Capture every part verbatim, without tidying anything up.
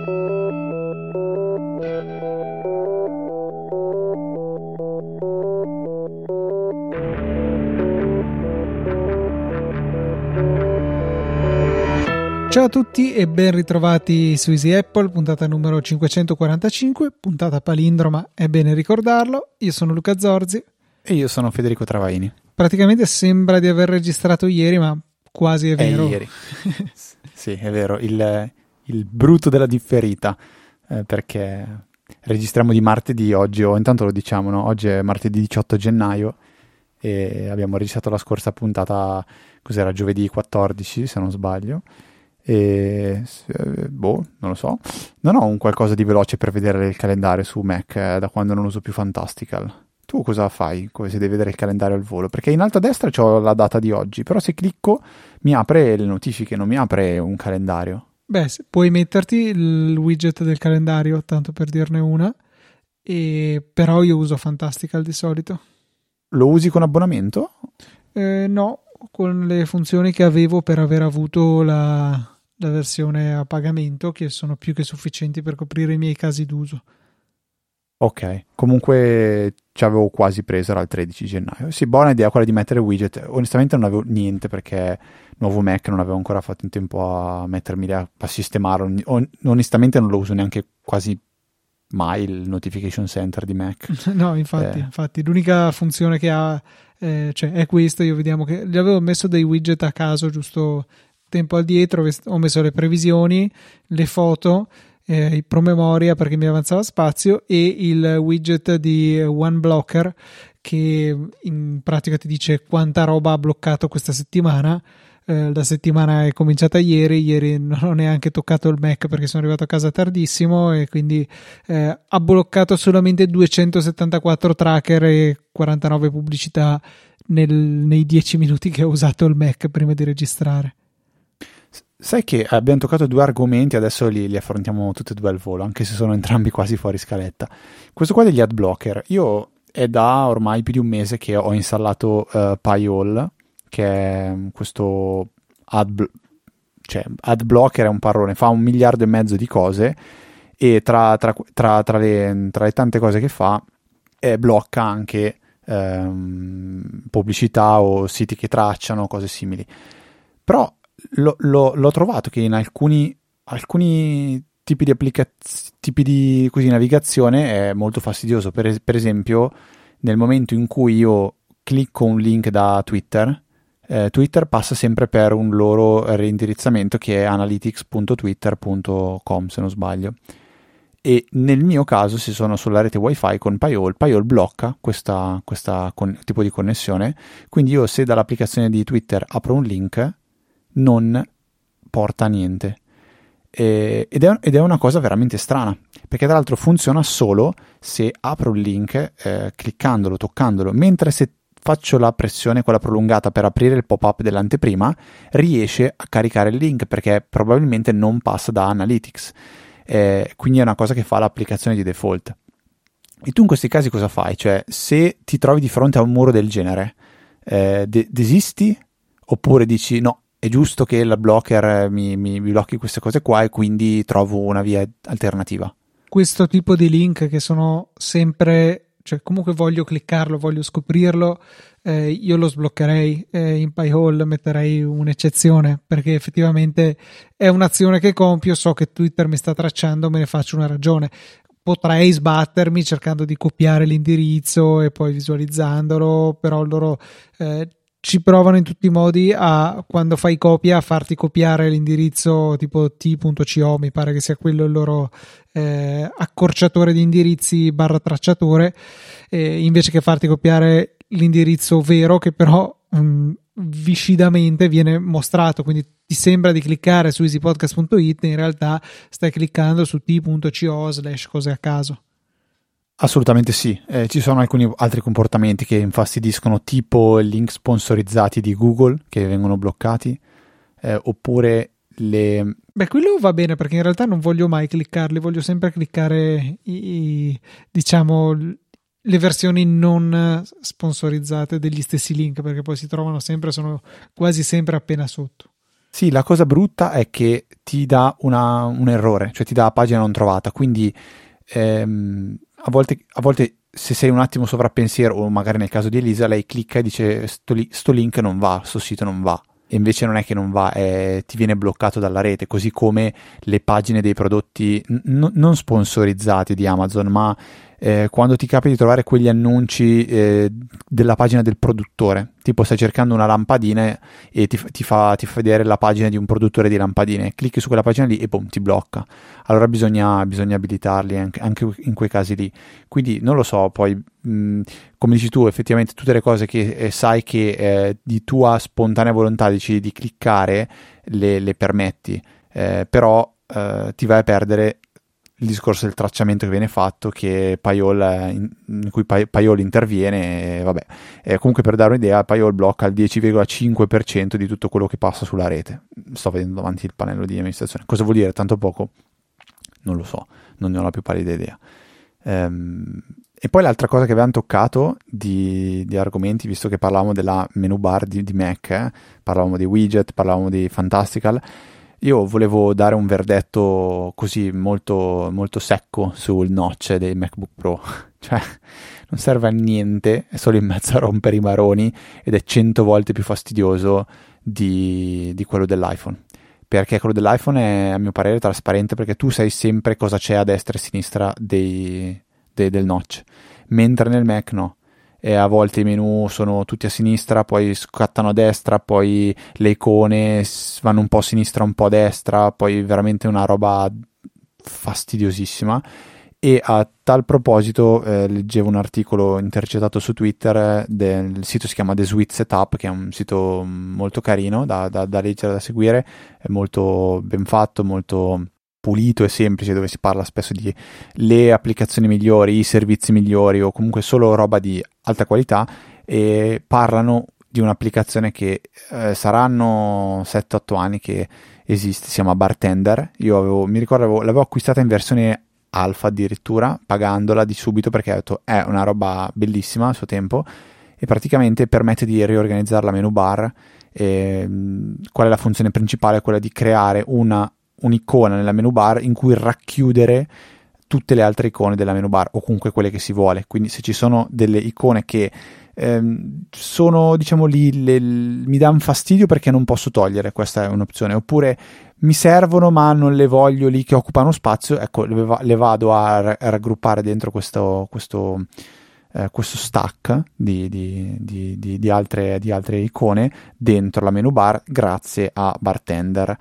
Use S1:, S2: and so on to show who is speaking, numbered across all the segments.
S1: Ciao a tutti e ben ritrovati su Easy Apple, puntata numero cinquecentoquarantacinque, puntata palindroma, è bene ricordarlo. Io sono Luca Zorzi.
S2: E io sono Federico Travaini.
S1: Praticamente sembra di aver registrato ieri, ma quasi è vero.
S2: È ieri. Sì, è vero, il, il brutto della differita, eh, perché registriamo di martedì oggi, o intanto lo diciamo, no? Oggi è martedì diciotto gennaio e abbiamo registrato la scorsa puntata, cos'era, giovedì quattordici se non sbaglio. E boh, non lo so, non ho un qualcosa di veloce per vedere il calendario su Mac eh, da quando non uso più Fantastical. Tu cosa fai come se devi vedere il calendario al volo? Perché in alto a destra c'ho la data di oggi, però se clicco mi apre le notifiche, non mi apre un calendario.
S1: Beh, puoi metterti il widget del calendario, tanto per dirne una, e però io uso Fantastical di solito.
S2: Lo usi con abbonamento?
S1: Eh, no, con le funzioni che avevo per aver avuto la... la versione a pagamento, che sono più che sufficienti per coprire i miei casi d'uso.
S2: Ok, comunque ci avevo quasi preso, era il tredici gennaio. Sì, buona idea quella di mettere widget. Onestamente non avevo niente perché nuovo Mac non avevo ancora fatto in tempo a mettermi lì a, a sistemarlo. Onestamente non lo uso neanche quasi mai il notification center di Mac.
S1: No, infatti,
S2: eh.
S1: infatti l'unica funzione che ha eh, cioè è questa. Io vediamo che gli avevo messo dei widget a caso giusto tempo addietro, ho messo le previsioni, le foto, eh, i promemoria perché mi avanzava spazio e il widget di OneBlocker che in pratica ti dice quanta roba ha bloccato questa settimana. Eh, la settimana è cominciata ieri, ieri non ho neanche toccato il Mac perché sono arrivato a casa tardissimo e quindi eh, ha bloccato solamente duecentosettantaquattro tracker e quarantanove pubblicità nel, nei dieci minuti che ho usato il Mac prima di registrare.
S2: Sai che abbiamo toccato due argomenti, adesso li, li affrontiamo tutti e due al volo, anche se sono entrambi quasi fuori scaletta. Questo qua degli ad blocker, io è da ormai più di un mese che ho installato uh, PyAll, che è questo ad, bl- cioè, ad blocker, è un parolone, fa un miliardo e mezzo di cose e tra, tra, tra, tra, le, tra le tante cose che fa eh, blocca anche ehm, pubblicità o siti che tracciano, cose simili. Però Lo, lo, l'ho trovato che in alcuni, alcuni tipi di applicazioni, tipi di così, navigazione è molto fastidioso. Per, per esempio, nel momento in cui io clicco un link da Twitter, eh, Twitter passa sempre per un loro reindirizzamento che è analytics punto twitter punto com, se non sbaglio. E nel mio caso, se sono sulla rete wifi con PyAll, PyAll blocca questa, questa con, tipo di connessione. Quindi io, se dall'applicazione di Twitter apro un link, non porta a niente e, ed, è, ed è una cosa veramente strana, perché tra l'altro funziona solo se apro il link eh, cliccandolo, toccandolo, mentre se faccio la pressione, quella prolungata per aprire il pop-up dell'anteprima, riesce a caricare il link perché probabilmente non passa da Analytics, eh, quindi è una cosa che fa l'applicazione di default. E tu in questi casi cosa fai? Cioè, se ti trovi di fronte a un muro del genere, eh, de- desisti oppure dici no, è giusto che la blocker mi, mi, mi blocchi queste cose qua e quindi trovo una via alternativa?
S1: Questo tipo di link che sono sempre, cioè comunque voglio cliccarlo, voglio scoprirlo, eh, io lo sbloccherei, eh, in PyAll metterei un'eccezione perché effettivamente è un'azione che compio, so che Twitter mi sta tracciando, me ne faccio una ragione. Potrei sbattermi cercando di copiare l'indirizzo e poi visualizzandolo, però loro eh, ci provano in tutti i modi a, quando fai copia, a farti copiare l'indirizzo tipo t punto co, mi pare che sia quello il loro eh, accorciatore di indirizzi barra tracciatore, eh, invece che farti copiare l'indirizzo vero che però mh, viscidamente viene mostrato, quindi ti sembra di cliccare su easypodcast punto it, in realtà stai cliccando su t punto co slash cose a caso.
S2: Assolutamente sì, eh, ci sono alcuni altri comportamenti che infastidiscono, tipo link sponsorizzati di Google che vengono bloccati, eh, oppure le...
S1: Beh, quello va bene perché in realtà non voglio mai cliccarli, voglio sempre cliccare i, i, diciamo le versioni non sponsorizzate degli stessi link, perché poi si trovano sempre, sono quasi sempre appena sotto.
S2: Sì, la cosa brutta è che ti dà una, un errore, cioè ti dà la pagina non trovata, quindi ehm, a volte, a volte se sei un attimo sovrappensiero, o magari nel caso di Elisa, lei clicca e dice sto, li- sto link non va, sto sito non va. E invece non è che non va, è, ti viene bloccato dalla rete, così come le pagine dei prodotti n- non sponsorizzati di Amazon, ma eh, quando ti capita di trovare quegli annunci eh, della pagina del produttore, tipo stai cercando una lampadina e ti, ti, fa, ti fa vedere la pagina di un produttore di lampadine, clicchi su quella pagina lì e boom, ti blocca. Allora bisogna, bisogna abilitarli anche, anche in quei casi lì. Quindi non lo so, poi mh, come dici tu, effettivamente tutte le cose che eh, sai che eh, di tua spontanea volontà decidi di cliccare le, le permetti, eh, però eh, ti vai a perdere il discorso del tracciamento che viene fatto, che Payol, in, in cui Pay, Payol interviene, e vabbè. Eh, comunque, per dare un'idea, Payol blocca il dieci virgola cinque per cento di tutto quello che passa sulla rete. Sto vedendo davanti il pannello di amministrazione. Cosa vuol dire? Tanto poco? Non lo so, non ne ho la più pallida idea. Ehm, e poi l'altra cosa che avevamo toccato di, di argomenti, visto che parlavamo della menu bar di, di Mac, eh, parlavamo di widget, parlavamo di Fantastical, io volevo dare un verdetto così molto, molto secco sul notch dei MacBook Pro. Cioè, non serve a niente, è solo in mezzo a rompere i maroni ed è cento volte più fastidioso di, di quello dell'iPhone. Perché quello dell'iPhone è, a mio parere, trasparente, perché tu sai sempre cosa c'è a destra e a sinistra dei, dei, del notch, mentre nel Mac no. E a volte i menu sono tutti a sinistra, poi scattano a destra, poi le icone vanno un po' a sinistra, un po' a destra, poi veramente una roba fastidiosissima. E a tal proposito eh, leggevo un articolo intercettato su Twitter, eh, del il sito si chiama The Sweet Setup, che è un sito molto carino da, da, da leggere, da seguire, è molto ben fatto, molto pulito e semplice, dove si parla spesso di le applicazioni migliori, i servizi migliori o comunque solo roba di alta qualità, e parlano di un'applicazione che eh, saranno sette otto anni che esiste, si chiama Bartender. Io avevo, mi ricordo avevo, l'avevo acquistata in versione alfa addirittura, pagandola di subito, perché ho detto è una roba bellissima a suo tempo, e praticamente permette di riorganizzare la menu bar. E, qual è la funzione principale? Quella di creare una un'icona nella menu bar in cui racchiudere tutte le altre icone della menu bar, o comunque quelle che si vuole. Quindi se ci sono delle icone che ehm, sono, diciamo lì, le, mi danno fastidio perché non posso togliere, questa è un'opzione, oppure mi servono ma non le voglio lì che occupano spazio, ecco, le, va, le vado a, ra- a raggruppare dentro questo, questo, eh, questo stack di, di, di, di, di, altre, di altre icone dentro la menu bar grazie a Bartender.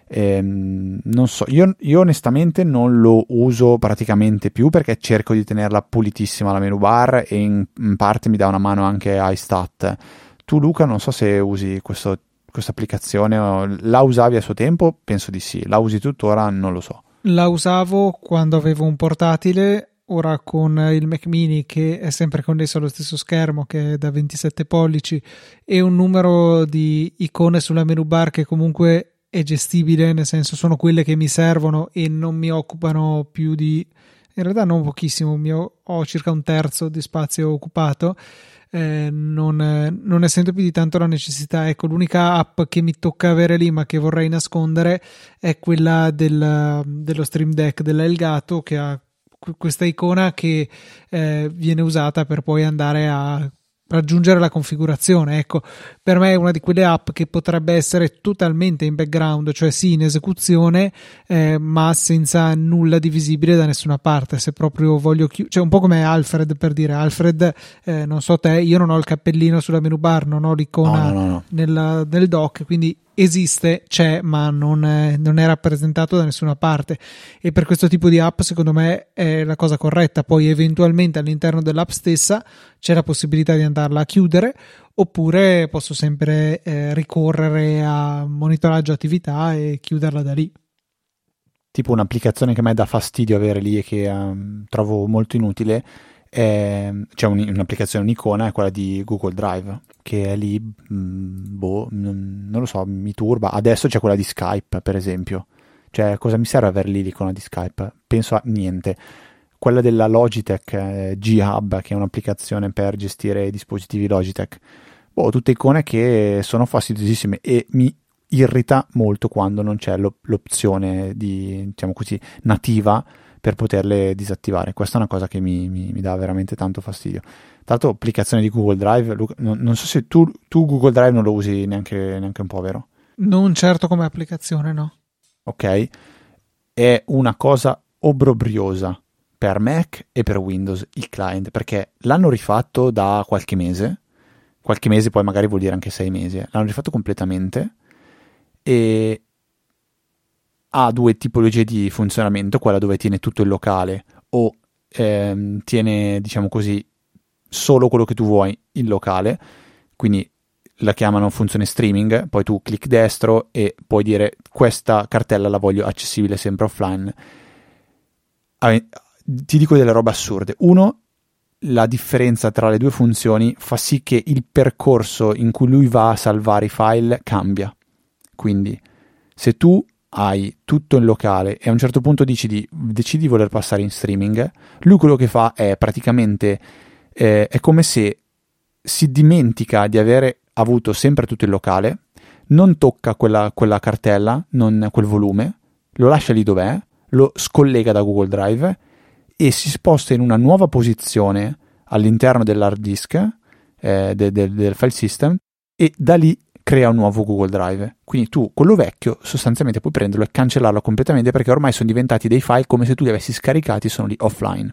S2: Ehm, non so, io, io onestamente non lo uso praticamente più, perché cerco di tenerla pulitissima la menu bar, e in, in parte mi dà una mano anche iStat. Tu, Luca, non so se usi questo, questa applicazione, o la usavi a suo tempo? Penso di sì. La usi tuttora? Non lo so.
S1: La usavo quando avevo un portatile. Ora con il Mac Mini, che è sempre connesso allo stesso schermo, che è da ventisette pollici, e un numero di icone sulla menu bar che comunque è gestibile, nel senso sono quelle che mi servono e non mi occupano più di, in realtà non pochissimo, mio, ho circa un terzo di spazio occupato, eh, non, non ne sento più di tanto la necessità. Ecco, l'unica app che mi tocca avere lì ma che vorrei nascondere è quella del, dello Stream Deck della Elgato, che ha questa icona che eh, viene usata per poi andare a raggiungere la configurazione. Ecco, per me è una di quelle app che potrebbe essere totalmente in background, cioè sì in esecuzione, eh, ma senza nulla di visibile da nessuna parte. Se proprio voglio chiudere, cioè un po' come Alfred, per dire Alfred, eh, non so te, io non ho il cappellino sulla menu bar, non ho l'icona
S2: no, no, no, no.
S1: Nel, nel dock, quindi esiste, c'è, ma non è, non è rappresentato da nessuna parte, e per questo tipo di app secondo me è la cosa corretta. Poi eventualmente all'interno dell'app stessa c'è la possibilità di andarla a chiudere, oppure posso sempre eh, ricorrere a monitoraggio attività e chiuderla da lì.
S2: Tipo un'applicazione che a me dà fastidio avere lì e che um, trovo molto inutile, è, c'è un, un'applicazione, un'icona, è quella di Google Drive, che è lì, mh, boh, non, non lo so, mi turba. Adesso c'è quella di Skype, per esempio. Cioè, cosa mi serve avere lì l'icona di Skype? Penso a niente. Quella della Logitech, eh, G-Hub, che è un'applicazione per gestire i dispositivi Logitech. Boh, tutte icone che sono fastidiosissime, e mi irrita molto quando non c'è l'op- l'opzione di, diciamo così, nativa per poterle disattivare. Questa è una cosa che mi, mi, mi dà veramente tanto fastidio. Tra l'altro, applicazione di Google Drive, Luca, non, non so se tu, tu Google Drive non lo usi neanche, neanche un po', vero?
S1: Non certo come applicazione, no.
S2: Ok, è una cosa obbrobriosa per Mac e per Windows il client, perché l'hanno rifatto da qualche mese, qualche mese poi magari vuol dire anche sei mesi, eh. L'hanno rifatto completamente e ha due tipologie di funzionamento, quella dove tiene tutto il locale o ehm, tiene, diciamo così, solo quello che tu vuoi in locale, quindi la chiamano funzione streaming, poi tu clic destro e puoi dire questa cartella la voglio accessibile sempre offline. Ti dico delle robe assurde. Uno, la differenza tra le due funzioni fa sì che il percorso in cui lui va a salvare i file cambia. Quindi se tu hai tutto in locale e a un certo punto decidi, decidi di voler passare in streaming, lui quello che fa è praticamente eh, è come se si dimentica di avere avuto sempre tutto in locale, non tocca quella, quella cartella, non quel volume, lo lascia lì dov'è, lo scollega da Google Drive e si sposta in una nuova posizione all'interno dell'hard disk eh, de, de, del file system e da lì crea un nuovo Google Drive. Quindi tu quello vecchio sostanzialmente puoi prenderlo e cancellarlo completamente, perché ormai sono diventati dei file come se tu li avessi scaricati, sono lì offline.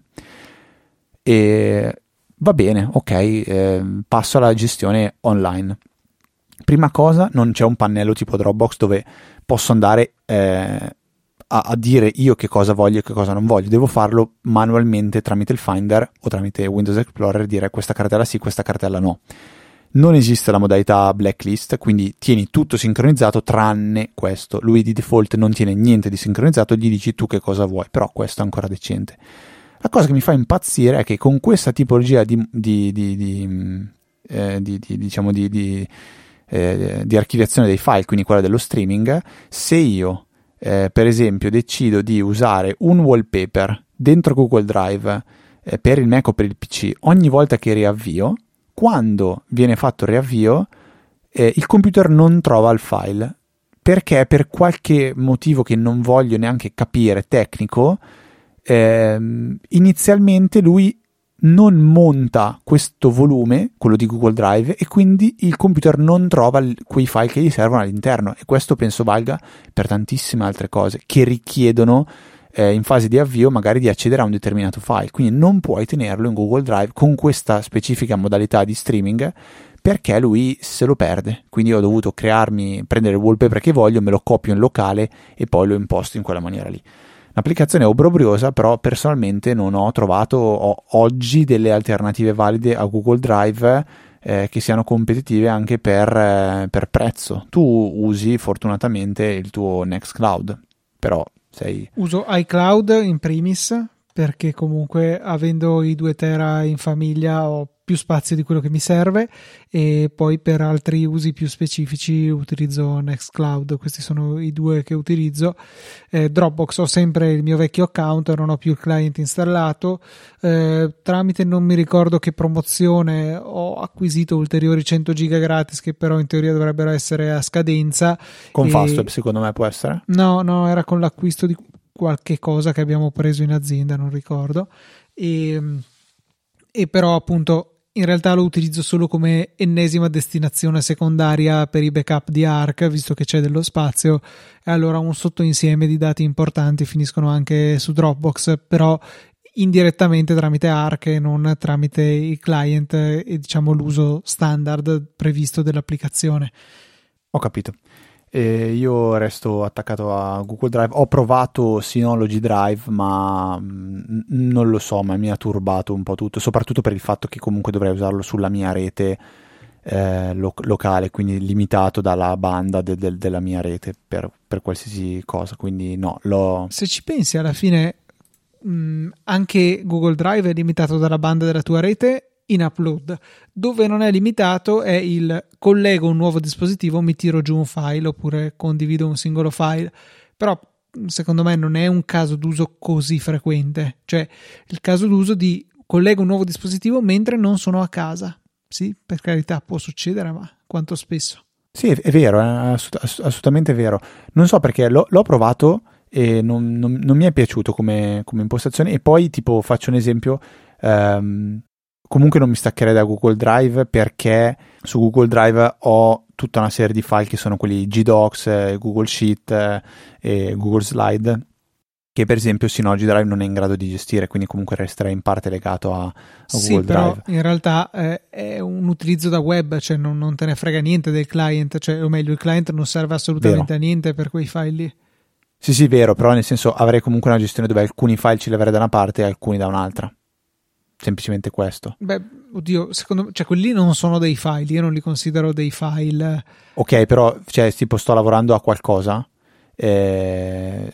S2: E va bene, ok, eh, passo alla gestione online. Prima cosa, non c'è un pannello tipo Dropbox dove posso andare eh, a, a dire io che cosa voglio e che cosa non voglio. Devo farlo manualmente tramite il Finder o tramite Windows Explorer, dire questa cartella sì, questa cartella no. Non esiste la modalità blacklist, quindi tieni tutto sincronizzato tranne questo. Lui di default non tiene niente di sincronizzato, gli dici tu che cosa vuoi, però questo è ancora decente. La cosa che mi fa impazzire è che con questa tipologia di, di, di, di, eh, di, di diciamo di, di, eh, di archiviazione dei file, quindi quella dello streaming, se io eh, per esempio decido di usare un wallpaper dentro Google Drive eh, per il Mac o per il P C, ogni volta che riavvio, quando viene fatto il riavvio eh, il computer non trova il file, perché per qualche motivo che non voglio neanche capire, tecnico, eh, inizialmente lui non monta questo volume, quello di Google Drive, e quindi il computer non trova l- quei file che gli servono all'interno, e questo penso valga per tantissime altre cose che richiedono eh, in fase di avvio magari di accedere a un determinato file, quindi non puoi tenerlo in Google Drive con questa specifica modalità di streaming, perché lui se lo perde. Quindi ho dovuto crearmi, prendere il wallpaper che voglio, me lo copio in locale e poi lo imposto in quella maniera lì. Un'applicazione obbrobriosa, però personalmente non ho trovato ho oggi delle alternative valide a Google Drive eh, che siano competitive anche per, eh, per prezzo. Tu usi fortunatamente il tuo Nextcloud, però sei...
S1: Uso iCloud in primis, perché comunque avendo i due tera in famiglia ho più spazio di quello che mi serve, e poi per altri usi più specifici utilizzo Nextcloud. Questi sono i due che utilizzo. eh, Dropbox ho sempre il mio vecchio account, non ho più il client installato. eh, tramite non mi ricordo che promozione ho acquisito ulteriori cento giga gratis, che però in teoria dovrebbero essere a scadenza.
S2: Con
S1: e...
S2: Fastweb secondo me può essere?
S1: No, no, era con l'acquisto di qualche cosa che abbiamo preso in azienda, non ricordo. E, e però appunto in realtà lo utilizzo solo come ennesima destinazione secondaria per i backup di Arc, visto che c'è dello spazio, e allora un sottoinsieme di dati importanti finiscono anche su Dropbox, però indirettamente tramite Arc e non tramite il client e diciamo l'uso standard previsto dell'applicazione.
S2: Ho capito. E io resto attaccato a Google Drive. Ho provato Synology Drive, ma mh, non lo so, ma mi ha turbato un po' tutto, soprattutto per il fatto che comunque dovrei usarlo sulla mia rete eh, lo- locale, quindi limitato dalla banda de- de- della mia rete per, per qualsiasi cosa. Quindi no, l'ho...
S1: Se ci pensi, alla fine mh, anche Google Drive è limitato dalla banda della tua rete in upload. Dove non è limitato è il collego un nuovo dispositivo, mi tiro giù un file oppure condivido un singolo file, però secondo me non è un caso d'uso così frequente, cioè il caso d'uso di collego un nuovo dispositivo mentre non sono a casa. Sì, per carità può succedere, ma quanto spesso?
S2: Sì, è vero, è assolut- ass- assolutamente vero. Non so perché l'ho, l'ho provato e non, non- non mi è piaciuto come, come impostazione. E poi, tipo, faccio un esempio, ehm, comunque non mi staccherei da Google Drive perché su Google Drive ho tutta una serie di file che sono quelli G Docs, eh, Google Sheet eh, e Google Slide, che per esempio Synology Drive non è in grado di gestire, quindi comunque resterei in parte legato a, a
S1: Sì,
S2: Google
S1: però
S2: Drive.
S1: in realtà eh, è un utilizzo da web, cioè non, non te ne frega niente del client, cioè, o meglio, il client non serve
S2: Vero.
S1: assolutamente a niente per quei file lì.
S2: Sì, sì, vero, però nel senso avrei comunque una gestione dove alcuni file ce li avrei da una parte e alcuni da un'altra. Semplicemente questo.
S1: Beh, oddio, secondo me, cioè quelli non sono dei file, io non li considero dei file.
S2: Ok, però, cioè, tipo, sto lavorando a qualcosa eh,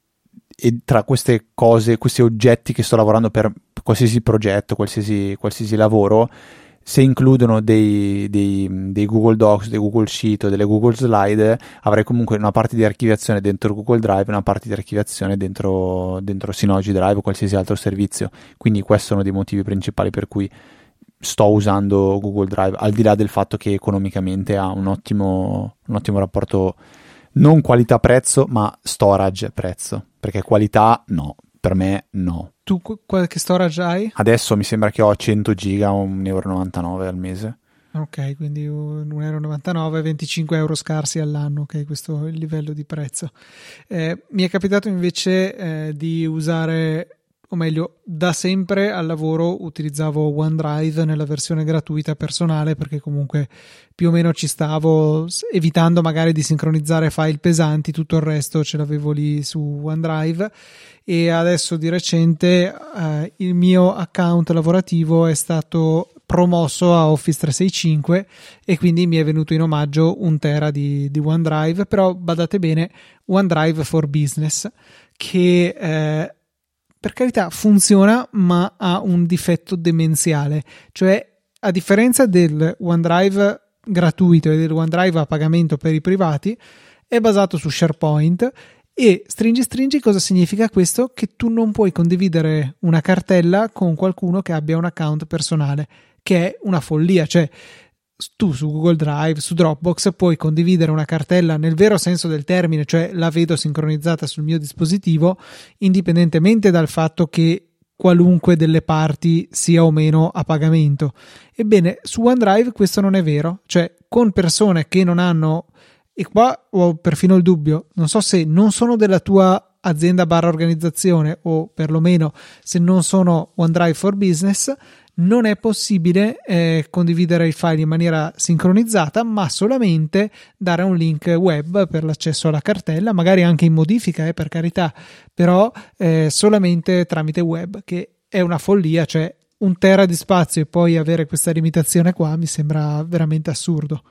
S2: e tra queste cose, questi oggetti che sto lavorando per qualsiasi progetto, qualsiasi, qualsiasi lavoro, se includono dei, dei, dei Google Docs, dei Google Sheet o delle Google Slide, avrei comunque una parte di archiviazione dentro Google Drive e una parte di archiviazione dentro, dentro Synology Drive o qualsiasi altro servizio. Quindi questo è uno dei motivi principali per cui sto usando Google Drive, al di là del fatto che economicamente ha un ottimo, un ottimo rapporto, non qualità-prezzo, ma storage-prezzo, perché qualità no, per me no.
S1: Tu qu- qualche storage hai?
S2: Adesso mi sembra che ho cento giga, un euro e novantanove al mese.
S1: Ok, quindi un uno e novantanove euro, venticinque euro scarsi all'anno, ok, questo è il livello di prezzo. Eh, mi è capitato invece eh, di usare, o meglio, da sempre al lavoro utilizzavo OneDrive nella versione gratuita personale perché comunque più o meno ci stavo, evitando magari di sincronizzare file pesanti, tutto il resto ce l'avevo lì su OneDrive. E adesso di recente eh, il mio account lavorativo è stato promosso a Office trecentosessantacinque e quindi mi è venuto in omaggio un tera di, di OneDrive, però badate bene, OneDrive for Business, che eh, per carità funziona ma ha un difetto demenziale, cioè a differenza del OneDrive gratuito e del OneDrive a pagamento per i privati, è basato su SharePoint. E stringi stringi cosa significa questo? Che tu non puoi condividere una cartella con qualcuno che abbia un account personale, che è una follia. Cioè tu su Google Drive, su Dropbox puoi condividere una cartella nel vero senso del termine, cioè la vedo sincronizzata sul mio dispositivo indipendentemente dal fatto che qualunque delle parti sia o meno a pagamento. Ebbene, su OneDrive questo non è vero, cioè con persone che non hanno, e qua ho perfino il dubbio, non so se non sono della tua azienda barra organizzazione o perlomeno se non sono OneDrive for Business, non è possibile eh, condividere i file in maniera sincronizzata, ma solamente dare un link web per l'accesso alla cartella, magari anche in modifica, eh, per carità, però eh, solamente tramite web, che è una follia, cioè un tera di spazio e poi avere questa limitazione qua mi sembra veramente assurdo.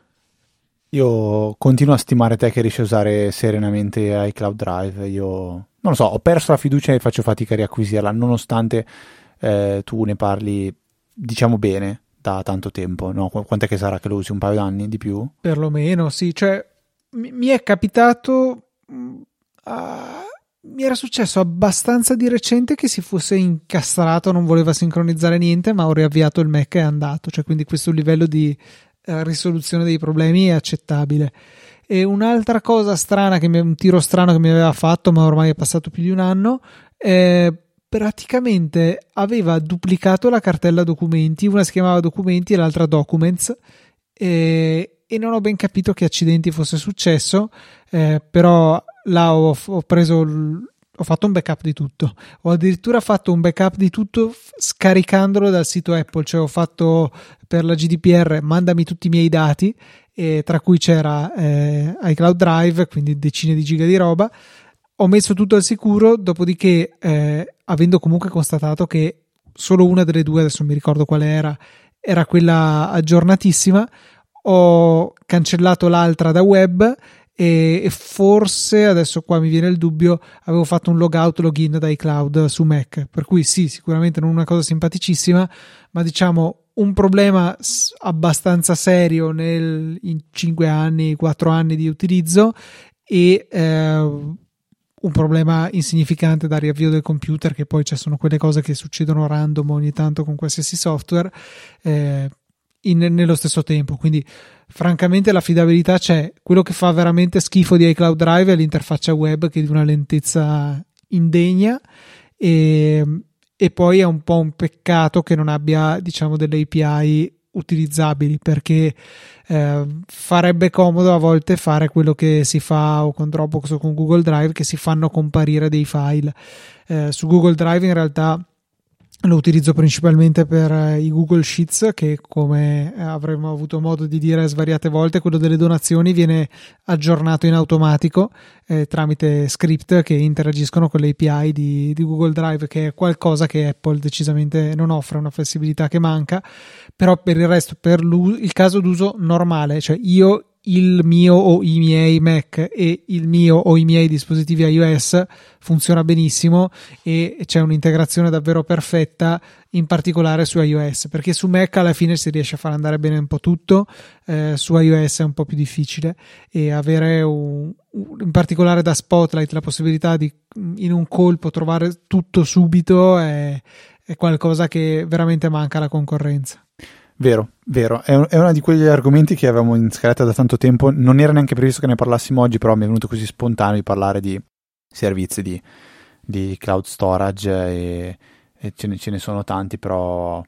S2: Io continuo a stimare te che riesci a usare serenamente iCloud Drive. Io non lo so, ho perso la fiducia e faccio fatica a riacquisirla, nonostante eh, tu ne parli, diciamo, bene da tanto tempo, no? Qu- Quant'è che sarà che lo usi? Un paio d'anni di più?
S1: Perlomeno, sì, cioè mi, mi è capitato, mh, ah, mi era successo abbastanza di recente che si fosse incastrato, non voleva sincronizzare niente, ma ho riavviato il Mac e è andato, cioè quindi questo livello di eh, risoluzione dei problemi è accettabile. E un'altra cosa strana, che mi, un tiro strano che mi aveva fatto, ma ormai è passato più di un anno, eh, praticamente aveva duplicato la cartella documenti, una si chiamava documenti e l'altra documents, e, e non ho ben capito che accidenti fosse successo, eh, però là ho, ho preso il, ho fatto un backup di tutto, ho addirittura fatto un backup di tutto f- scaricandolo dal sito Apple, cioè ho fatto per la G D P R mandami tutti i miei dati, e tra cui c'era eh, iCloud Drive, quindi decine di giga di roba. Ho messo tutto al sicuro, dopodiché eh, avendo comunque constatato che solo una delle due, adesso non mi ricordo quale era, era quella aggiornatissima, ho cancellato l'altra da web e, e forse, adesso qua mi viene il dubbio, avevo fatto un logout login da iCloud su Mac, per cui sì, sicuramente non una cosa simpaticissima, ma diciamo un problema abbastanza serio nel, in cinque anni, quattro anni di utilizzo, e eh, un problema insignificante da riavvio del computer, che poi ci sono quelle cose che succedono random ogni tanto con qualsiasi software. Eh, in, nello stesso tempo, quindi francamente l'affidabilità c'è. Quello che fa veramente schifo di iCloud Drive è l'interfaccia web, che è di una lentezza indegna, e, e poi è un po' un peccato che non abbia, diciamo, delle A P I utilizzabili, perché eh, farebbe comodo a volte fare quello che si fa o con Dropbox o con Google Drive, che si fanno comparire dei file. Eh, su Google Drive in realtà lo utilizzo principalmente per eh, i Google Sheets, che, come avremmo avuto modo di dire svariate volte, quello delle donazioni viene aggiornato in automatico eh, tramite script che interagiscono con le A P I di, di Google Drive, che è qualcosa che Apple decisamente non offre, una flessibilità che manca. Però per il resto, per il caso d'uso normale, cioè io, il mio o i miei Mac e il mio o i miei dispositivi iOS, funziona benissimo e c'è un'integrazione davvero perfetta, in particolare su iOS, perché su Mac alla fine si riesce a far andare bene un po' tutto, eh, su iOS è un po' più difficile, e avere un, in particolare da Spotlight la possibilità di in un colpo trovare tutto subito è, è qualcosa che veramente manca alla concorrenza.
S2: Vero, vero, è, un, è uno di quegli argomenti che avevamo in scaletta da tanto tempo, non era neanche previsto che ne parlassimo oggi, però mi è venuto così spontaneo di parlare di servizi di, di cloud storage, e, e ce, ne, ce ne sono tanti, però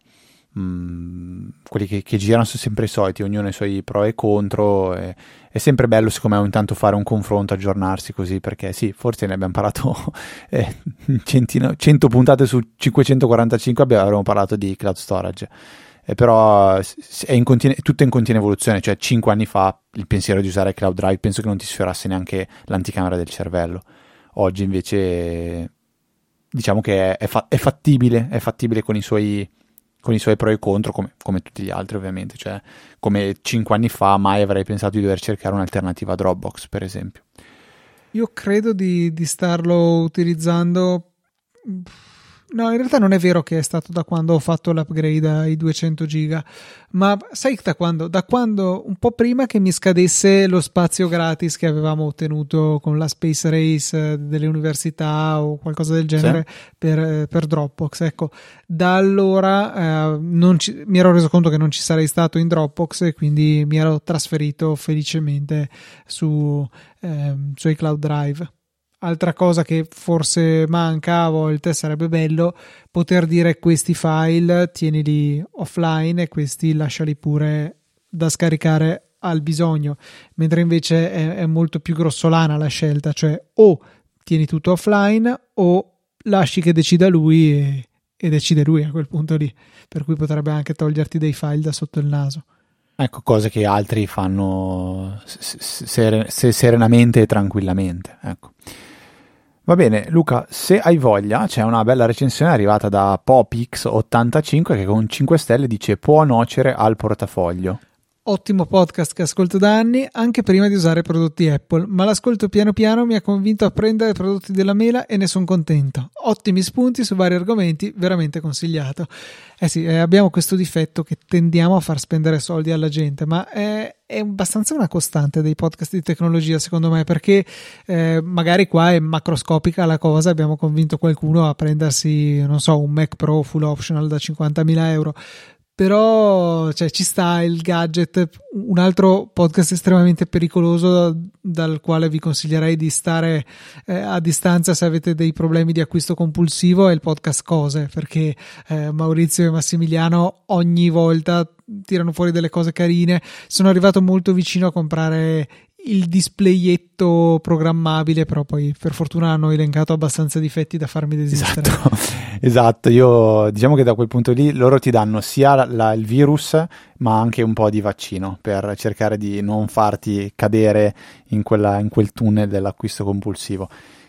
S2: mh, quelli che, che girano sono sempre i soliti, ognuno ha i suoi pro e contro, e, è sempre bello secondo me intanto fare un confronto, aggiornarsi così, perché sì, forse ne abbiamo parlato eh, centino, cento puntate su cinquecentoquarantacinque avremmo parlato di cloud storage. Eh, però è, in continu- è tutto in continua evoluzione, cioè cinque anni fa il pensiero di usare Cloud Drive penso che non ti sfiorasse neanche l'anticamera del cervello. Oggi invece diciamo che è, fa- è fattibile, è fattibile con i suoi, con i suoi pro e contro, come, come tutti gli altri ovviamente, cioè come cinque anni fa mai avrei pensato di dover cercare un'alternativa a Dropbox, per esempio.
S1: Io credo di, di starlo utilizzando. No, in realtà non è vero che è stato da quando ho fatto l'upgrade ai duecento giga, ma sai da quando? Da quando, un po' prima che mi scadesse lo spazio gratis che avevamo ottenuto con la Space Race delle università o qualcosa del genere, sì, per, per Dropbox. Ecco, da allora eh, non ci, mi ero reso conto che non ci sarei stato in Dropbox, e quindi mi ero trasferito felicemente su, eh, su iCloud Drive. Altra cosa che forse manca a volte, sarebbe bello poter dire: questi file tienili offline e questi lasciali pure da scaricare al bisogno, mentre invece è, è molto più grossolana la scelta, cioè o tieni tutto offline o lasci che decida lui, e, e decide lui a quel punto lì, per cui potrebbe anche toglierti dei file da sotto il naso.
S2: Ecco, cose che altri fanno seren- serenamente e tranquillamente, ecco. Va bene, Luca, se hai voglia, c'è una bella recensione arrivata da Popix ottantacinque che con cinque stelle dice: può nuocere al portafoglio.
S1: Ottimo podcast che ascolto da anni, anche prima di usare prodotti Apple, ma l'ascolto piano piano mi ha convinto a prendere prodotti della Mela e ne sono contento. Ottimi spunti su vari argomenti, veramente consigliato. Eh sì, eh, abbiamo questo difetto che tendiamo a far spendere soldi alla gente, ma è, è abbastanza una costante dei podcast di tecnologia, secondo me, perché eh, magari qua è macroscopica la cosa, abbiamo convinto qualcuno a prendersi, non so, un Mac Pro full optional da cinquantamila euro, però cioè, ci sta il gadget. Un altro podcast estremamente pericoloso dal quale vi consiglierei di stare eh, a distanza se avete dei problemi di acquisto compulsivo è il podcast Cose, perché eh, Maurizio e Massimiliano ogni volta tirano fuori delle cose carine. Sono arrivato molto vicino a comprare il displayetto programmabile, però poi per fortuna hanno elencato abbastanza difetti da farmi desistere.
S2: Esatto, esatto. Io diciamo che da quel punto lì loro ti danno sia la, la, il virus, ma anche un po' di vaccino per cercare di non farti cadere in, quella, in quel tunnel dell'acquisto compulsivo.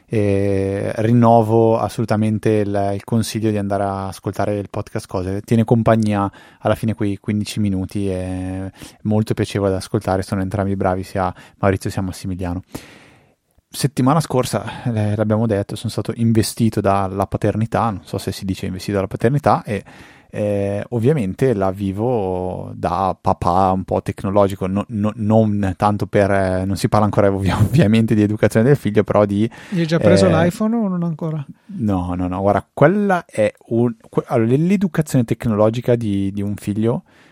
S2: E rinnovo assolutamente il, il consiglio di andare a ascoltare il podcast Cose, tiene compagnia alla fine quei quindici minuti, è molto piacevole da ascoltare, sono entrambi bravi, sia Maurizio sia Massimiliano. Settimana scorsa, eh, l'abbiamo detto, sono stato investito dalla paternità, non so se si dice investito dalla paternità, e eh, ovviamente la vivo da papà un po' tecnologico, no, no, non tanto per, eh, non si parla ancora ovvia, ovviamente di educazione del figlio, però di...
S1: Gli hai già preso
S2: eh,
S1: l'iPhone o non ancora?
S2: No, no, no, guarda, quella è un, que- allora, l'educazione tecnologica di, di un figlio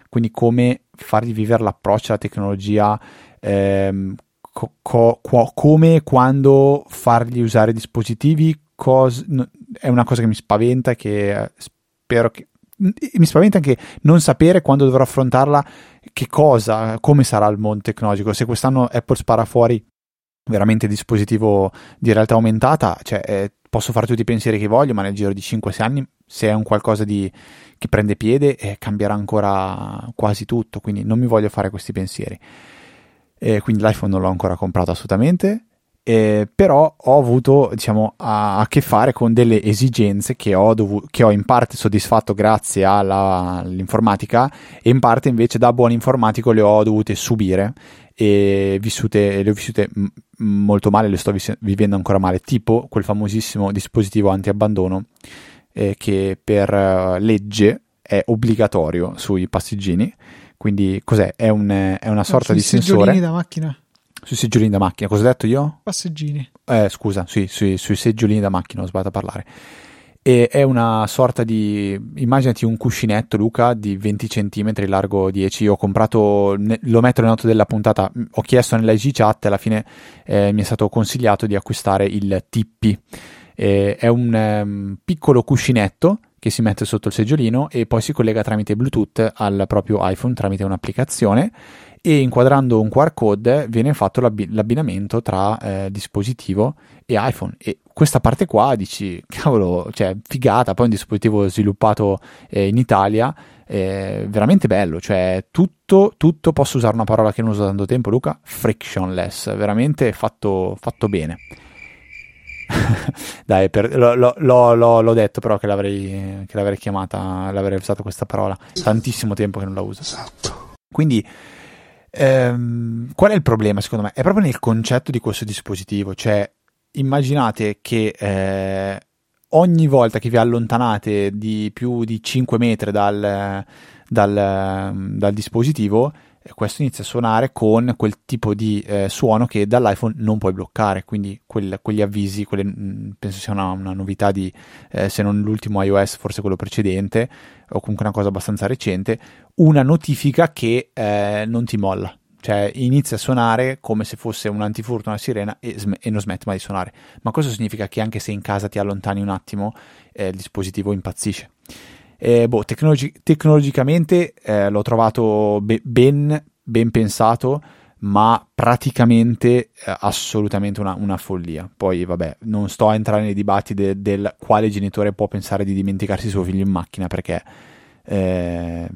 S2: quindi come fargli vivere l'approccio alla tecnologia, ehm, co- co- co- come e quando fargli usare dispositivi, cos- no, è una cosa che mi spaventa, che eh, spero che mi spaventa anche non sapere quando dovrò affrontarla, che cosa, come sarà il mondo tecnologico. Se quest'anno Apple spara fuori veramente dispositivo di realtà aumentata, cioè eh, posso fare tutti i pensieri che voglio, ma nel giro di cinque sei anni, se è un qualcosa di, che prende piede, eh, cambierà ancora quasi tutto, quindi non mi voglio fare questi pensieri. Eh, quindi l'iPhone non l'ho ancora comprato assolutamente, eh, però ho avuto, diciamo, a, a che fare con delle esigenze che ho, dovu- che ho in parte soddisfatto grazie alla, all'informatica, e in parte invece da buon informatico le ho dovute subire e vissute, le ho vissute m- molto male, le sto vis- vivendo ancora male, tipo quel famosissimo dispositivo anti-abbandono eh, che per uh, legge è obbligatorio sui passeggini. Quindi cos'è? È, un, è una sorta
S1: no,
S2: di
S1: sui
S2: sensore.
S1: seggiolini da macchina.
S2: Sui seggiolini da macchina, cosa ho detto io?
S1: Passeggini.
S2: Eh, scusa, sì, sui, sui seggiolini da macchina ho sbagliato a parlare. E è una sorta di, immaginati un cuscinetto, Luca, di venti centimetri, largo dieci. Io ho comprato, lo metto nelle note della puntata, ho chiesto nella I G Chat, alla fine eh, mi è stato consigliato di acquistare il Tippi. Eh, è un um, piccolo cuscinetto che si mette sotto il seggiolino e poi si collega tramite Bluetooth al proprio iPhone tramite un'applicazione, e inquadrando un Q R code viene fatto l'abbi- l'abbinamento tra eh, dispositivo e iPhone. E questa parte qua dici, cavolo, cioè figata. Poi un dispositivo sviluppato eh, in Italia, eh, veramente bello, cioè tutto, tutto, posso usare una parola che non uso da tanto tempo, Luca, frictionless, veramente fatto, fatto bene. Dai, per, lo, lo, lo, l'ho detto però che l'avrei, che l'avrei chiamata, l'avrei usato questa parola, tantissimo tempo che non la uso.
S3: Esatto.
S2: Quindi ehm, qual è il problema secondo me? È proprio nel concetto di questo dispositivo, cioè immaginate che eh, ogni volta che vi allontanate di più di cinque metri dal, dal, dal dispositivo, questo inizia a suonare con quel tipo di eh, suono che dall'iPhone non puoi bloccare, quindi quel, quegli avvisi, quelle, mh, penso sia una, una novità di, eh, se non l'ultimo iOS, forse quello precedente, o comunque una cosa abbastanza recente, una notifica che eh, non ti molla, cioè inizia a suonare come se fosse un antifurto, una sirena, e, sm- e non smette mai di suonare. Ma questo significa che anche se in casa ti allontani un attimo, eh, il dispositivo impazzisce. Eh, boh, tecnologi- tecnologicamente eh, l'ho trovato be- ben, ben pensato, ma praticamente eh, assolutamente una, una follia. Poi vabbè, non sto a entrare nei dibattiti de- del quale genitore può pensare di dimenticarsi suo figlio in macchina, perché eh,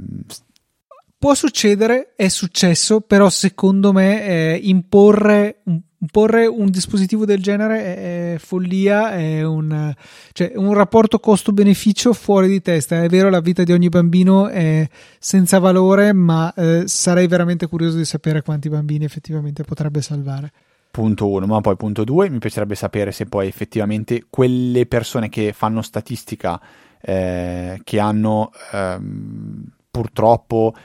S1: può succedere, è successo, però secondo me eh, imporre un Imporre un dispositivo del genere è follia, è un, cioè, un rapporto costo-beneficio fuori di testa. È vero, la vita di ogni bambino è senza valore, ma eh, sarei veramente curioso di sapere quanti bambini effettivamente potrebbe salvare.
S2: Punto uno, ma poi punto due, mi piacerebbe sapere se poi effettivamente quelle persone che fanno statistica, eh, che hanno ehm, purtroppo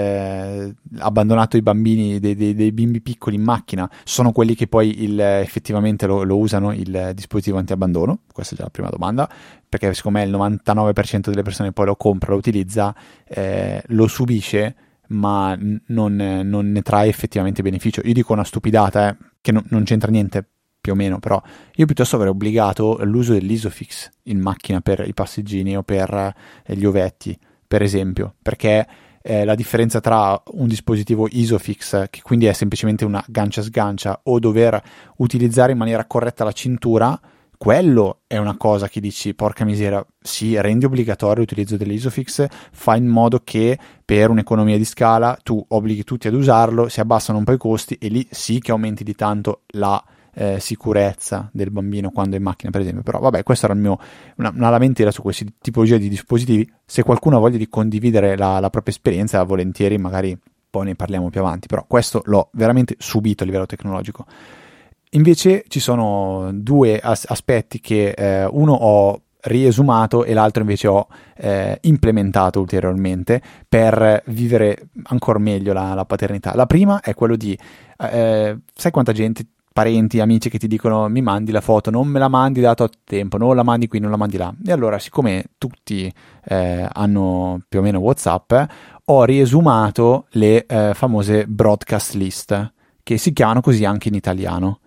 S2: eh, abbandonato i bambini, dei, dei, dei bimbi piccoli in macchina, sono quelli che poi il, effettivamente lo, lo usano il dispositivo anti-abbandono. Questa è già la prima domanda, perché secondo me il novantanove per cento delle persone poi lo compra, lo utilizza, eh, lo subisce, ma non, non ne trae effettivamente beneficio. Io dico una stupidata, eh, che no, non c'entra niente più o meno, però io piuttosto avrei obbligato l'uso dell'Isofix in macchina per i passeggini o per eh, gli ovetti, per esempio, perché eh, la differenza tra un dispositivo Isofix, che quindi è semplicemente una gancia sgancia, o dover utilizzare in maniera corretta la cintura, quello è una cosa che dici, porca miseria, sì, rendi obbligatorio l'utilizzo dell'Isofix, fa in modo che per un'economia di scala tu obblighi tutti ad usarlo, si abbassano un po' i costi e lì sì che aumenti di tanto la Eh, sicurezza del bambino quando è in macchina, per esempio. Però vabbè, questo era il mio, una, una lamentela su queste tipologie di dispositivi. Se qualcuno ha voglia di condividere la, la propria esperienza, volentieri, magari poi ne parliamo più avanti, però questo l'ho veramente subito a livello tecnologico. Invece ci sono due as- aspetti che eh, uno ho riesumato e l'altro invece ho eh, implementato ulteriormente per vivere ancora meglio la, la paternità. La prima è quello di eh, sai quanta gente, parenti, amici che ti dicono mi mandi la foto, non me la mandi da tot tempo, non la mandi qui, non la mandi là. E allora, siccome tutti eh, hanno più o meno WhatsApp, ho riesumato le eh, famose broadcast list, che si chiamano così anche in italiano.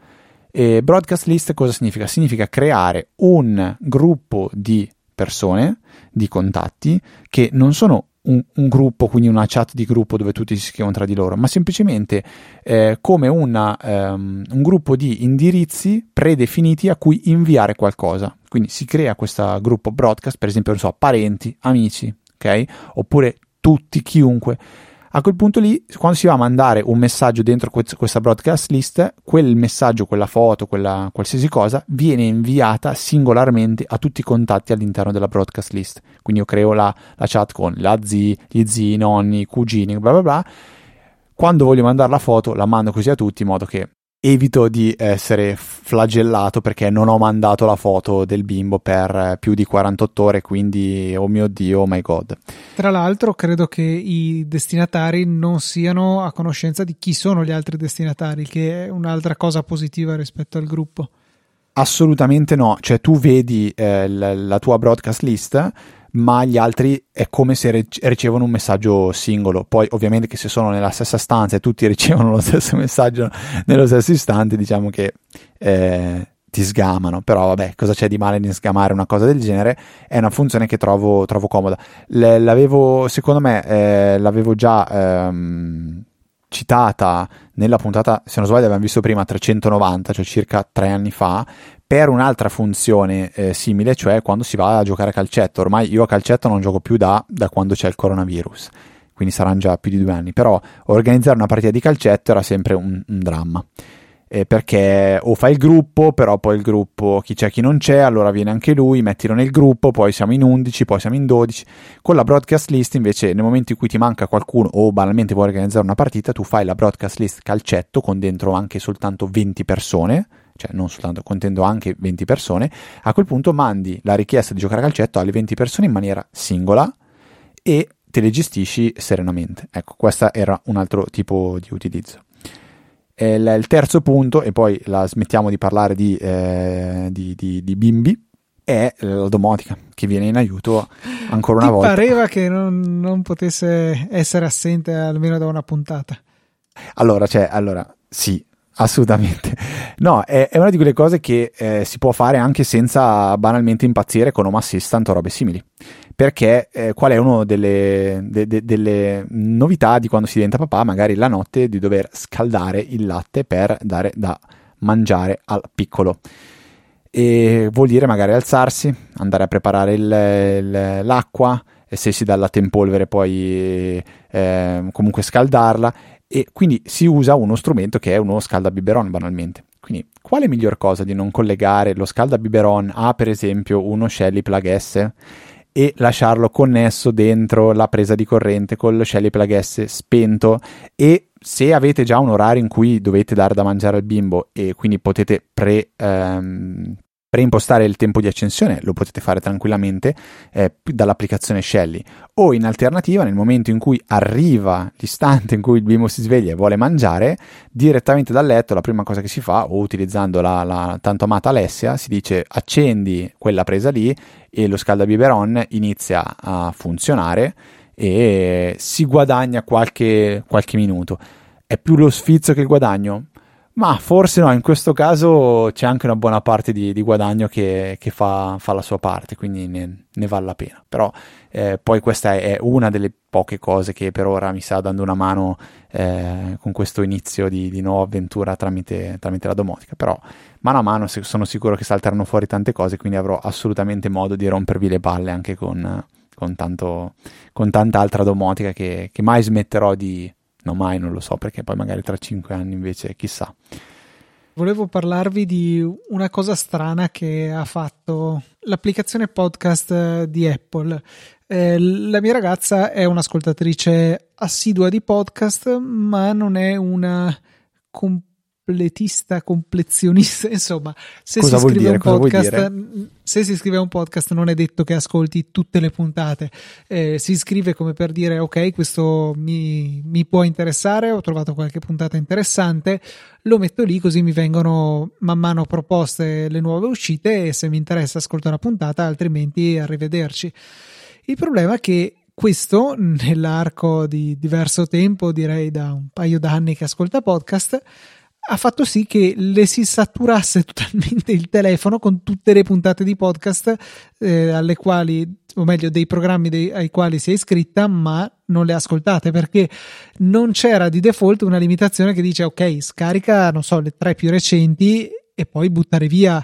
S2: E broadcast list cosa significa? Significa creare un gruppo di persone, di contatti, che non sono un, un gruppo, quindi una chat di gruppo dove tutti si scrivono tra di loro, ma semplicemente eh, come una, um, un gruppo di indirizzi predefiniti a cui inviare qualcosa. Quindi si crea questo gruppo broadcast, per esempio, non so, parenti, amici, ok? Oppure tutti, chiunque. A quel punto lì, quando si va a mandare un messaggio dentro questa broadcast list, quel messaggio, quella foto, quella qualsiasi cosa, viene inviata singolarmente a tutti i contatti all'interno della broadcast list. Quindi io creo la, la chat con la zii, gli zii, i nonni, i cugini, bla bla bla. Quando voglio mandare la foto, la mando così a tutti, in modo che evito di essere flagellato perché non ho mandato la foto del bimbo per più di quarantotto ore, quindi oh mio Dio, oh my god.
S1: Tra l'altro credo che i destinatari non siano a conoscenza di chi sono gli altri destinatari, che è un'altra cosa positiva rispetto al gruppo.
S2: Assolutamente no, cioè tu vedi eh, la, la tua broadcast list, ma gli altri è come se re- ricevono un messaggio singolo. Poi ovviamente che se sono nella stessa stanza e tutti ricevono lo stesso messaggio nello stesso istante, diciamo che eh, ti sgamano. Però vabbè, cosa c'è di male nel sgamare una cosa del genere? È una funzione che trovo, trovo comoda. L- l'avevo, secondo me, eh, l'avevo già ehm, citata nella puntata, se non sbaglio abbiamo visto prima, trecentonovanta, cioè circa tre anni fa, per un'altra funzione eh, simile, cioè quando si va a giocare a calcetto. Ormai io a calcetto non gioco più da, da quando c'è il coronavirus, quindi saranno già più di due anni, però organizzare una partita di calcetto era sempre un, un dramma, eh, perché o fai il gruppo, però poi il gruppo chi c'è chi non c'è, allora viene anche lui, mettilo nel gruppo, poi siamo in undici, poi siamo in dodici. Con la broadcast list invece, nel momento in cui ti manca qualcuno o banalmente vuoi organizzare una partita, tu fai la broadcast list calcetto con dentro anche soltanto venti persone, cioè non soltanto, contendo anche venti persone. A quel punto mandi la richiesta di giocare a calcetto alle venti persone in maniera singola e te le gestisci serenamente. Ecco, questo era un altro tipo di utilizzo. E il, il terzo punto, e poi la smettiamo di parlare di, eh, di, di, di bimbi, è la domotica, che viene in aiuto ancora una
S1: Ti
S2: volta.
S1: Pareva che non, non potesse essere assente almeno da una puntata.
S2: Allora, cioè, allora, sì, assolutamente. No, è, è una di quelle cose che eh, si può fare anche senza banalmente impazzire con Home Assistant o robe simili. Perché eh, qual è una delle, de, de, delle novità di quando si diventa papà? Magari la notte di dover scaldare il latte per dare da mangiare al piccolo. E vuol dire magari alzarsi, andare a preparare il, il, l'acqua, e se si dà il latte in polvere poi eh, comunque scaldarla. E quindi si usa uno strumento che è uno scaldabiberon banalmente. Quindi quale miglior cosa di non collegare lo scaldabiberon a per esempio uno Shelly Plug S e lasciarlo connesso dentro la presa di corrente con lo Shelly Plug S spento, e se avete già un orario in cui dovete dare da mangiare al bimbo e quindi potete pre, ehm, preimpostare il tempo di accensione, lo potete fare tranquillamente eh, dall'applicazione Shelly, o in alternativa nel momento in cui arriva l'istante in cui il bimbo si sveglia e vuole mangiare, direttamente dal letto la prima cosa che si fa, o utilizzando la, la tanto amata Alessia, si dice accendi quella presa lì e lo scaldabiberon inizia a funzionare e si guadagna qualche, qualche minuto. È più lo sfizio che il guadagno? Ma forse no, in questo caso c'è anche una buona parte di, di guadagno che, che fa, fa la sua parte, quindi ne, ne vale la pena. Però eh, poi questa è una delle poche cose che per ora mi sta dando una mano eh, con questo inizio di, di nuova avventura tramite, tramite la domotica. Però mano a mano sono sicuro che salteranno fuori tante cose, quindi avrò assolutamente modo di rompervi le balle anche con, con, tanto, con tanta altra domotica che, che mai smetterò di... No, mai, non lo so, perché poi magari tra cinque anni invece chissà.
S1: Volevo parlarvi di una cosa strana che ha fatto l'applicazione podcast di Apple. Eh, la mia ragazza è un'ascoltatrice assidua di podcast, ma non è una completista, complezionista, insomma, se
S2: Cosa
S1: si
S2: vuol
S1: scrive
S2: dire?
S1: un
S2: Cosa vuoi
S1: podcast,
S2: dire?
S1: se si scrive un podcast non è detto che ascolti tutte le puntate, eh, si scrive come per dire ok, questo mi, mi può interessare, ho trovato qualche puntata interessante, lo metto lì così mi vengono man mano proposte le nuove uscite e se mi interessa ascolto una puntata, altrimenti arrivederci. Il problema è che questo, nell'arco di diverso tempo, direi da un paio d'anni che ascolta podcast, ha fatto sì che le si saturasse totalmente il telefono con tutte le puntate di podcast eh, alle quali, o meglio dei programmi dei, ai quali si è iscritta ma non le ascoltate, perché non c'era di default una limitazione che dice ok, scarica, non so, le tre più recenti e poi buttare via.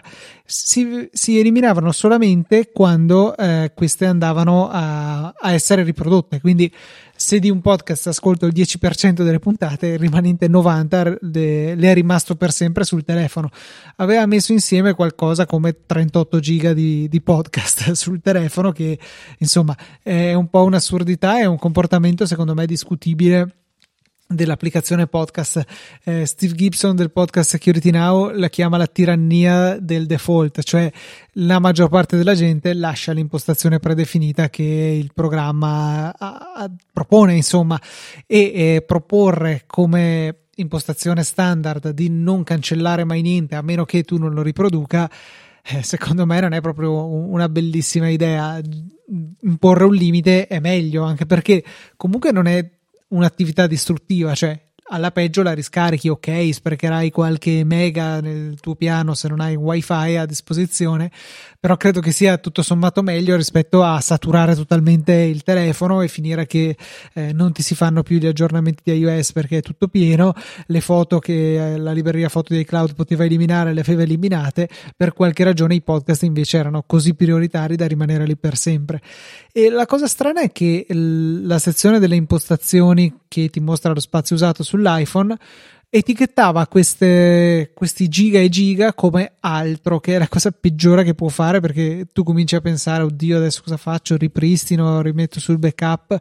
S1: Si, si eliminavano solamente quando eh, queste andavano a, a essere riprodotte, quindi se di un podcast ascolto il dieci per cento delle puntate, il rimanente novanta per cento le, le è rimasto per sempre sul telefono. Aveva messo insieme qualcosa come trentotto giga di, di podcast sul telefono, che insomma è un po' un'assurdità, è un comportamento secondo me discutibile dell'applicazione podcast. eh, Steve Gibson del podcast Security Now la chiama la tirannia del default, cioè la maggior parte della gente lascia l'impostazione predefinita che il programma a, a, propone, insomma, e eh, proporre come impostazione standard di non cancellare mai niente a meno che tu non lo riproduca, eh, secondo me non è proprio una bellissima idea. Imporre un limite è meglio, anche perché comunque non è un'attività distruttiva, cioè alla peggio la riscarichi, ok, sprecherai qualche mega nel tuo piano se non hai wifi a disposizione, però credo che sia tutto sommato meglio rispetto a saturare totalmente il telefono e finire che eh, non ti si fanno più gli aggiornamenti di iOS perché è tutto pieno, le foto che eh, la libreria foto di iCloud poteva eliminare le aveva eliminate, per qualche ragione i podcast invece erano così prioritari da rimanere lì per sempre. E la cosa strana è che l- la sezione delle impostazioni che ti mostra lo spazio usato sull'iPhone etichettava queste, questi giga e giga come altro, che è la cosa peggiore che può fare, perché tu cominci a pensare oddio adesso cosa faccio, ripristino, rimetto sul backup,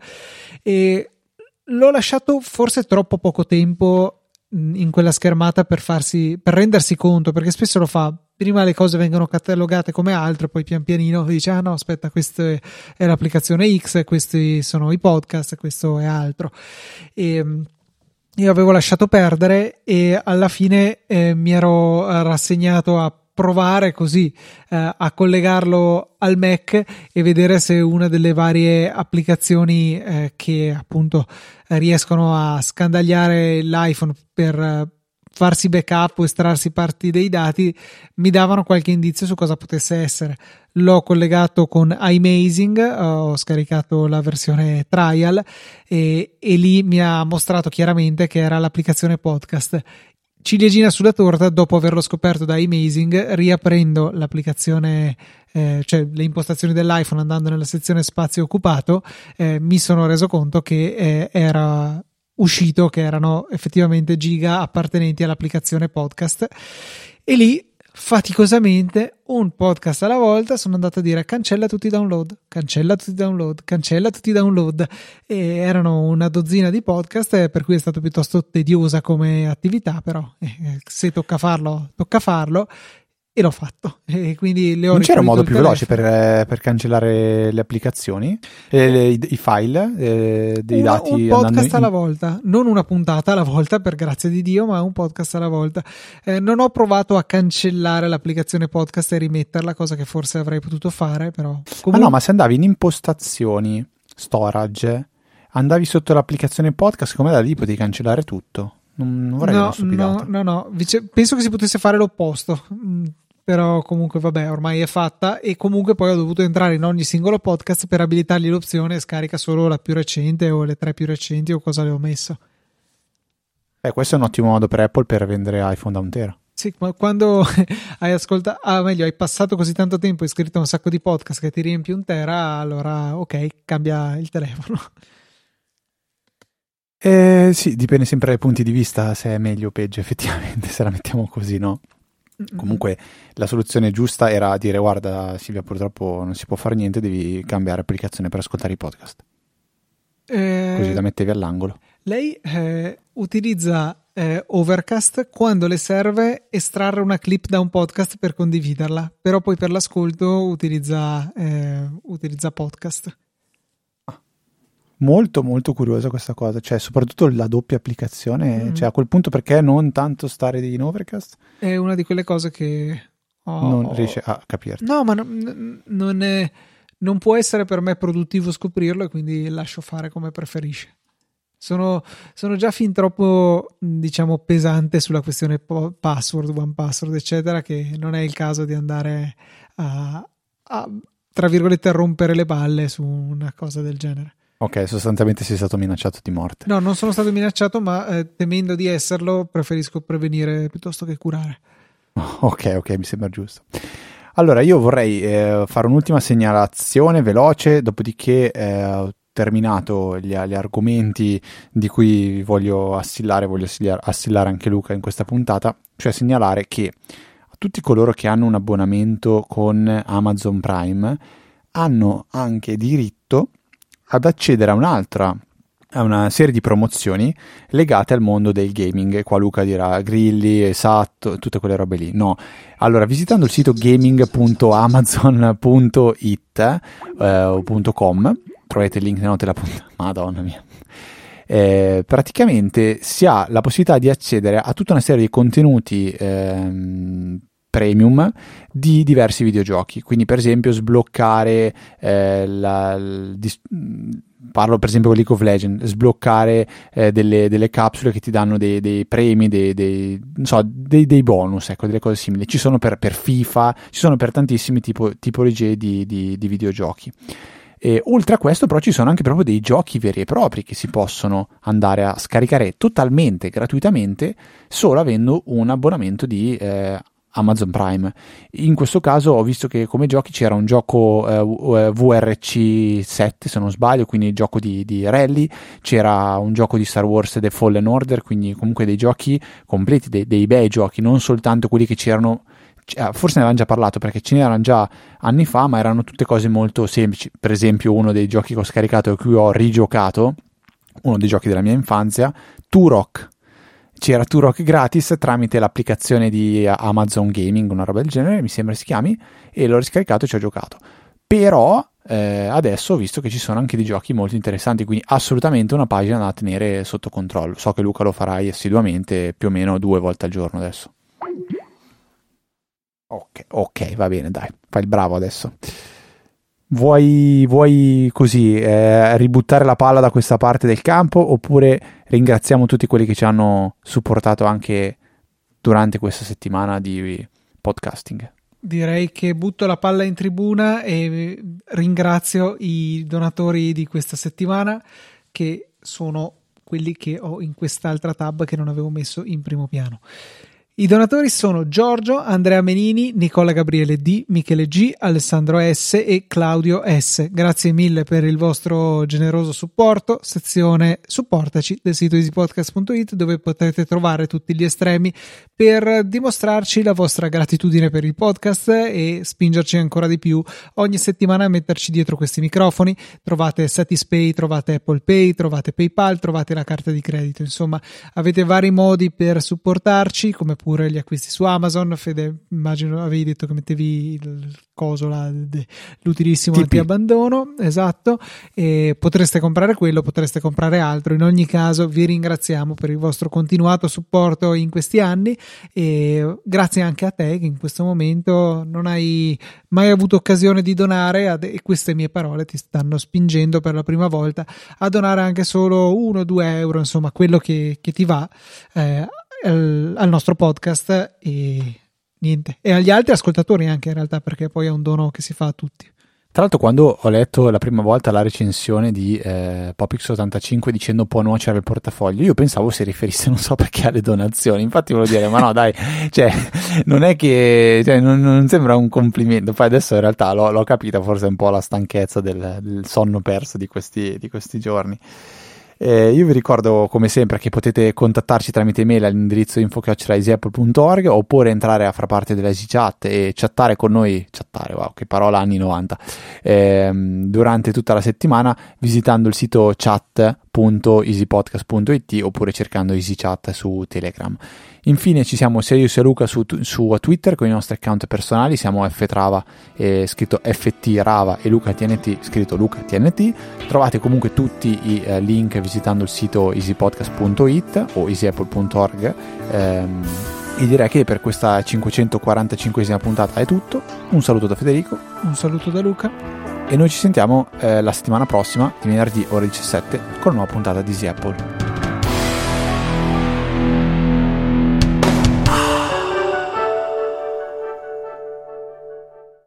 S1: e l'ho lasciato forse troppo poco tempo in quella schermata per farsi, per rendersi conto, perché spesso lo fa. Prima le cose vengono catalogate come altro, poi pian pianino dice ah no aspetta, questa è l'applicazione X, questi sono i podcast, questo è altro. E io avevo lasciato perdere e alla fine eh, mi ero rassegnato a provare così eh, a collegarlo al Mac e vedere se una delle varie applicazioni eh, che appunto riescono a scandagliare l'iPhone per eh, farsi backup o estrarsi parti dei dati mi davano qualche indizio su cosa potesse essere. L'ho collegato con iMazing, ho scaricato la versione trial e, e lì mi ha mostrato chiaramente che era l'applicazione podcast. Ciliegina sulla torta, dopo averlo scoperto da iMazing, riaprendo l'applicazione, eh, cioè le impostazioni dell'iPhone, andando nella sezione spazio occupato, eh, mi sono reso conto che eh, era uscito che erano effettivamente giga appartenenti all'applicazione podcast, e lì faticosamente un podcast alla volta sono andato a dire cancella tutti i download, cancella tutti i download, cancella tutti i download, e erano una dozzina di podcast, per cui è stato piuttosto tediosa come attività, però eh, se tocca farlo tocca farlo, e l'ho fatto, e quindi le ho
S2: non c'era un modo più
S1: telefono.
S2: veloce per, per cancellare le applicazioni, eh, le, i, i file eh, dei
S1: una,
S2: dati
S1: un podcast
S2: in...
S1: alla volta, non una puntata alla volta per grazia di Dio, ma un podcast alla volta. Eh, non ho provato a cancellare l'applicazione podcast e rimetterla, cosa che forse avrei potuto fare, però comunque...
S2: ah no, ma se andavi in impostazioni storage, andavi sotto l'applicazione podcast, come da lì potevi cancellare tutto. Non, non vorrei
S1: no,
S2: una stupidata.
S1: no, no, no. Penso che si potesse fare l'opposto, però comunque vabbè, ormai è fatta, e comunque poi ho dovuto entrare in ogni singolo podcast per abilitargli l'opzione scarica solo la più recente o le tre più recenti o cosa le ho messo.
S2: Eh, questo è un ottimo modo per Apple per vendere iPhone da un tera.
S1: Sì, ma quando hai ascoltato, ah, meglio, hai passato così tanto tempo e iscritto a un sacco di podcast che ti riempi un tera, allora ok, cambia il telefono.
S2: Eh, sì, dipende sempre dai punti di vista se è meglio o peggio, effettivamente, se la mettiamo così, no? Mm-hmm. Comunque la soluzione giusta era dire guarda Silvia, purtroppo non si può fare niente, devi cambiare applicazione per ascoltare i podcast. Eh, così la mettevi all'angolo.
S1: Lei eh, utilizza eh, Overcast quando le serve estrarre una clip da un podcast per condividerla, però poi per l'ascolto utilizza, eh, utilizza podcast.
S2: Molto molto curiosa questa cosa, cioè soprattutto la doppia applicazione, mm. cioè a quel punto perché non tanto stare in Overcast?
S1: È una di quelle cose che
S2: oh, non riesce a capire.
S1: No, ma no, non è, non può essere per me produttivo scoprirlo e quindi lascio fare come preferisce. Sono, sono già fin troppo, diciamo, pesante sulla questione password, one password, eccetera, che non è il caso di andare a, a tra virgolette, rompere le balle su una cosa del genere.
S2: Ok, sostanzialmente sei stato minacciato di morte.
S1: No, non sono stato minacciato, ma eh, temendo di esserlo, preferisco prevenire piuttosto che curare.
S2: Ok, ok, mi sembra giusto. Allora, io vorrei eh, fare un'ultima segnalazione veloce, dopodiché eh, terminato gli, gli argomenti di cui voglio assillare, voglio assillare anche Luca in questa puntata, cioè segnalare che a tutti coloro che hanno un abbonamento con Amazon Prime hanno anche diritto ad accedere a un'altra, a una serie di promozioni legate al mondo del gaming. Qua Luca dirà grilli, esatto, tutte quelle robe lì. No, allora visitando il sito gaming punto amazon punto it eh, o .com trovate il link nelle note della puntata. Madonna mia. Eh, praticamente si ha la possibilità di accedere a tutta una serie di contenuti ehm, premium di diversi videogiochi, quindi per esempio sbloccare eh, la, il, dis- parlo per esempio con League of Legends, sbloccare eh, delle, delle capsule che ti danno dei, dei premi, dei, dei, non so, dei, dei bonus, ecco, delle cose simili. Ci sono per, per FIFA, ci sono per tantissimi tipo, tipologie di, di, di videogiochi. E oltre a questo però ci sono anche proprio dei giochi veri e propri che si possono andare a scaricare totalmente gratuitamente solo avendo un abbonamento di eh, Amazon Prime. In questo caso ho visto che come giochi c'era un gioco eh, V R C sette se non sbaglio, quindi gioco di, di rally, c'era un gioco di Star Wars The Fallen Order, quindi comunque dei giochi completi, dei, dei bei giochi, non soltanto quelli che c'erano, forse ne avevamo già parlato perché ce n'erano già anni fa, ma erano tutte cose molto semplici. Per esempio uno dei giochi che ho scaricato e cui ho rigiocato, uno dei giochi della mia infanzia, Turok. C'era Turok gratis tramite l'applicazione di Amazon Gaming, una roba del genere, mi sembra si chiami, e l'ho riscaricato e ci ho giocato. Però eh, adesso ho visto che ci sono anche dei giochi molto interessanti, quindi assolutamente una pagina da tenere sotto controllo. So che Luca lo farai assiduamente, più o meno due volte al giorno adesso. Ok, ok, va bene, dai, fai il bravo adesso. Vuoi, vuoi così eh, ributtare la palla da questa parte del campo, oppure ringraziamo tutti quelli che ci hanno supportato anche durante questa settimana di podcasting?
S1: Direi che butto la palla in tribuna e ringrazio i donatori di questa settimana, che sono quelli che ho in quest'altra tab che non avevo messo in primo piano. I donatori sono Giorgio, Andrea Menini, Nicola Gabriele D, Michele G, Alessandro S e Claudio S. Grazie mille per il vostro generoso supporto. Sezione supportaci del sito easypodcast punto it, dove potrete trovare tutti gli estremi per dimostrarci la vostra gratitudine per il podcast e spingerci ancora di più ogni settimana a metterci dietro questi microfoni. Trovate Satispay, trovate Apple Pay, trovate PayPal, trovate la carta di credito. Insomma, avete vari modi per supportarci, come pure gli acquisti su Amazon. Fede, immagino avevi detto che mettevi il coso là, l'utilissimo anti-abbandono, esatto, e potreste comprare quello, potreste comprare altro. In ogni caso vi ringraziamo per il vostro continuato supporto in questi anni e grazie anche a te che in questo momento non hai mai avuto occasione di donare e queste mie parole ti stanno spingendo per la prima volta a donare anche solo uno o due euro, insomma quello che, che ti va eh, al nostro podcast e niente, e agli altri ascoltatori anche in realtà, perché poi è un dono che si fa a tutti.
S2: Tra l'altro, quando ho letto la prima volta la recensione di eh, Popix ottantacinque dicendo può nuocere il portafoglio, io pensavo si riferisse non so perché alle donazioni. Infatti volevo dire ma no dai, cioè non è che cioè, non, non sembra un complimento. Poi adesso in realtà l'ho, l'ho capita, forse un po' la stanchezza del, del sonno perso di questi, di questi giorni. Eh, io vi ricordo come sempre che potete contattarci tramite email all'indirizzo info chiocciola easyapple punto org, oppure entrare a far parte della EasyChat e chattare con noi, chattare, wow, che parola anni novanta, ehm, durante tutta la settimana visitando il sito chat punto easypodcast punto it oppure cercando EasyChat su Telegram. Infine ci siamo sia io sia Luca su, su Twitter con i nostri account personali, siamo ftrava eh, scritto ftrava e Luca T N T scritto Luca T N T. Trovate comunque tutti i eh, link visitando il sito easypodcast punto it o easyapple punto org. ehm, e direi che per questa cinquecentoquarantacinquesima puntata è tutto. Un saluto da Federico,
S1: un saluto da Luca.
S2: e noi ci sentiamo eh, la settimana prossima, di venerdì ore diciassette, con una nuova puntata di Easy Apple.